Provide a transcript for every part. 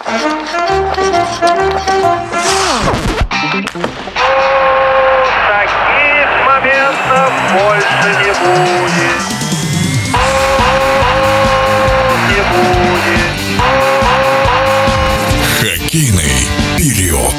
Таких моментов больше не будет. Не будет. Хоккейный период.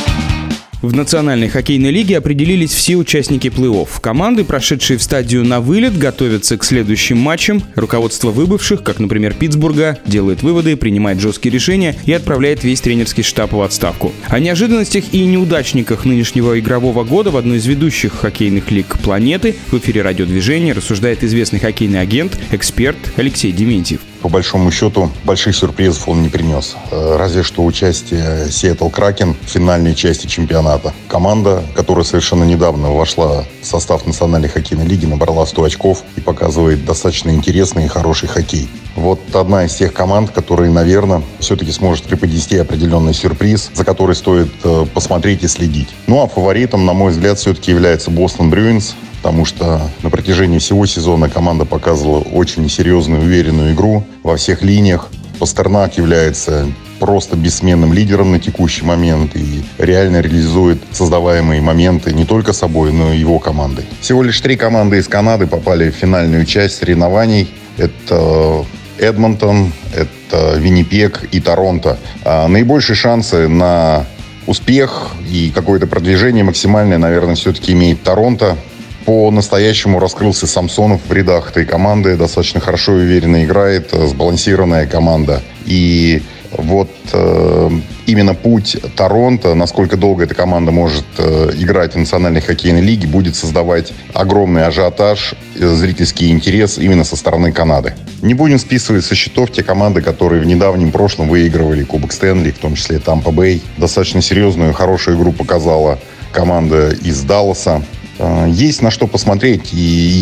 В Национальной хоккейной лиге определились все участники плей-офф. Команды, прошедшие в стадию на вылет, готовятся к следующим матчам. Руководство выбывших, как, например, Питтсбурга, делает выводы, принимает жесткие решения и отправляет весь тренерский штаб в отставку. О неожиданностях и неудачниках нынешнего игрового года в одной из ведущих хоккейных лиг планеты в эфире радиодвижения рассуждает известный хоккейный агент, эксперт Алексей Дементьев. По большому счету, больших сюрпризов он не принес. Разве что участие Сиэтл Кракен в финальной части чемпионата. Команда, которая совершенно недавно вошла в состав Национальной хоккейной лиги, набрала 100 очков и показывает достаточно интересный и хороший хоккей. Вот одна из тех команд, которые, наверное, все-таки сможет преподнести определенный сюрприз, за который стоит посмотреть и следить. Ну а фаворитом, на мой взгляд, все-таки является Бостон Брюинс, потому что на протяжении всего сезона команда показывала очень серьезную, уверенную игру во всех линиях. Пастернак является просто бессменным лидером на текущий момент и реально реализует создаваемые моменты не только собой, но и его командой. Всего лишь 3 команды из Канады попали в финальную часть соревнований. Это Эдмонтон, это Виннипег и Торонто. Наибольшие шансы на успех и какое-то продвижение максимальное, наверное, все-таки имеет Торонто. По-настоящему раскрылся Самсонов в рядах этой команды. Достаточно хорошо и уверенно играет, сбалансированная команда. И вот именно путь Торонто, насколько долго эта команда может играть в Национальной хоккейной лиге, будет создавать огромный ажиотаж, зрительский интерес именно со стороны Канады. Не будем списывать со счетов те команды, которые в недавнем прошлом выигрывали Кубок Стэнли, в том числе Тампа Бэй. Достаточно серьезную, хорошую игру показала команда из Далласа. Есть на что посмотреть,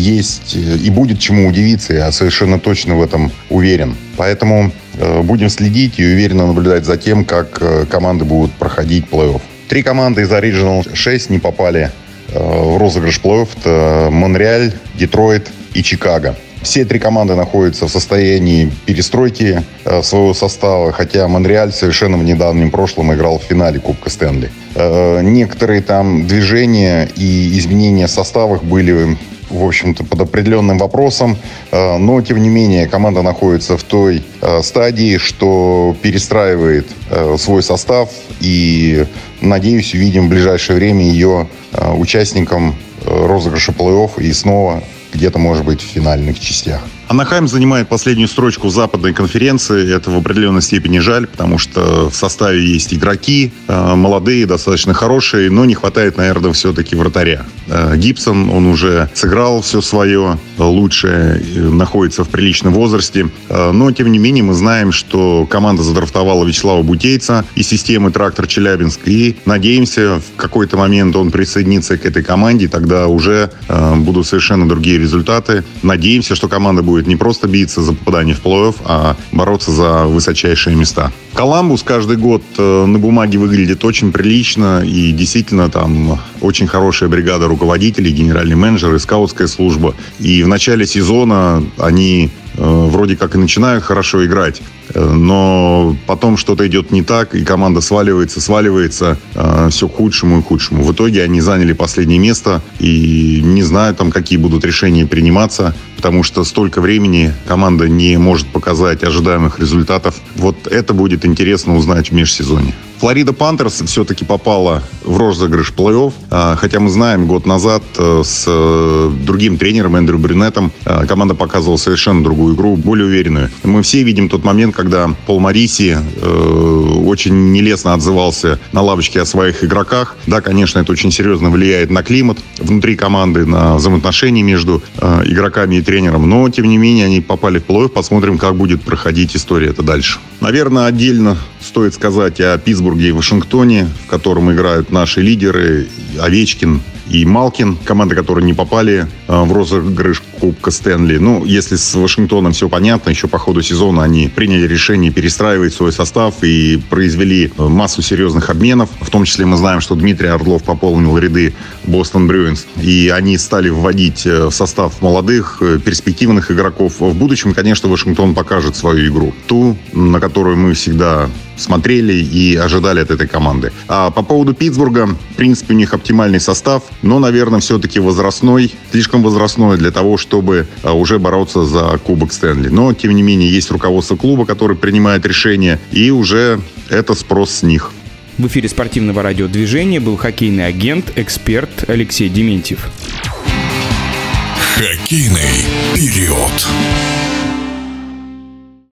и будет чему удивиться, я совершенно точно в этом уверен. Поэтому будем следить и уверенно наблюдать за тем, как команды будут проходить плей-офф. 3 команды из Original 6 не попали в розыгрыш плей-офф. Это Монреаль, Детройт и Чикаго. Все 3 команды находятся в состоянии перестройки своего состава, хотя Монреаль совершенно в недавнем прошлом играл в финале Кубка Стэнли. Некоторые там движения и изменения в составах были, в общем-то, под определенным вопросом, но, тем не менее, команда находится в той стадии, что перестраивает свой состав, и, надеюсь, увидим в ближайшее время ее участником розыгрыша плей-офф и снова где-то, может быть, в финальных частях. Анахайм занимает последнюю строчку в западной конференции. Это в определенной степени жаль, потому что в составе есть игроки, молодые, достаточно хорошие, но не хватает, наверное, все-таки вратаря. Гибсон, он уже сыграл все свое лучшее, находится в приличном возрасте. Но, тем не менее, мы знаем, что команда задрафтовала Вячеслава Бутейца из системы «Трактор Челябинск». И надеемся, в какой-то момент он присоединится к этой команде, тогда уже будут совершенно другие результаты. Надеемся, что команда будет не просто биться за попадание в плей-офф, а бороться за высочайшие места. Коламбус каждый год на бумаге выглядит очень прилично, и действительно там очень хорошая бригада руководителей, генеральный менеджер и скаутская служба. И в начале сезона они вроде как и начинают хорошо играть, но потом что-то идет не так, и команда сваливается все к худшему и худшему. В итоге они заняли последнее место, и не знаю, там, какие будут решения приниматься, потому что столько времени команда не может показать ожидаемых результатов. Вот это будет интересно узнать в межсезонье. Флорида Пантерс все-таки попала в розыгрыш плей-офф, хотя мы знаем, год назад с другим тренером Эндрю Брюнеттом команда показывала совершенно другую игру, более уверенную. Мы все видим тот момент, когда Пол Мориси очень нелестно отзывался на лавочке о своих игроках. Да, конечно, это очень серьезно влияет на климат внутри команды, на взаимоотношения между игроками и тренером, но, тем не менее, они попали в плей-офф. Посмотрим, как будет проходить история это дальше. Наверное, отдельно стоит сказать о Питтсбурге и Вашингтоне, в котором играют наши лидеры Овечкин и Малкин, команды, которые не попали в розыгрыш Кубка Стэнли. Ну, если с Вашингтоном все понятно, еще по ходу сезона они приняли решение перестраивать свой состав и произвели массу серьезных обменов. В том числе мы знаем, что Дмитрий Орлов пополнил ряды Бостон Брюинс, и они стали вводить в состав молодых, перспективных игроков. В будущем, конечно, Вашингтон покажет свою игру. Ту, на которую мы всегда смотрели и ожидали от этой команды. А по поводу Питтсбурга, в принципе, у них оптимальный состав, но, наверное, все-таки возрастной, слишком возрастной для того, чтобы уже бороться за Кубок Стэнли. Но, тем не менее, есть руководство клуба, которое принимает решения, и уже это спрос с них. В эфире спортивного радиодвижения был хоккейный агент, эксперт Алексей Дементьев. Хоккейный период.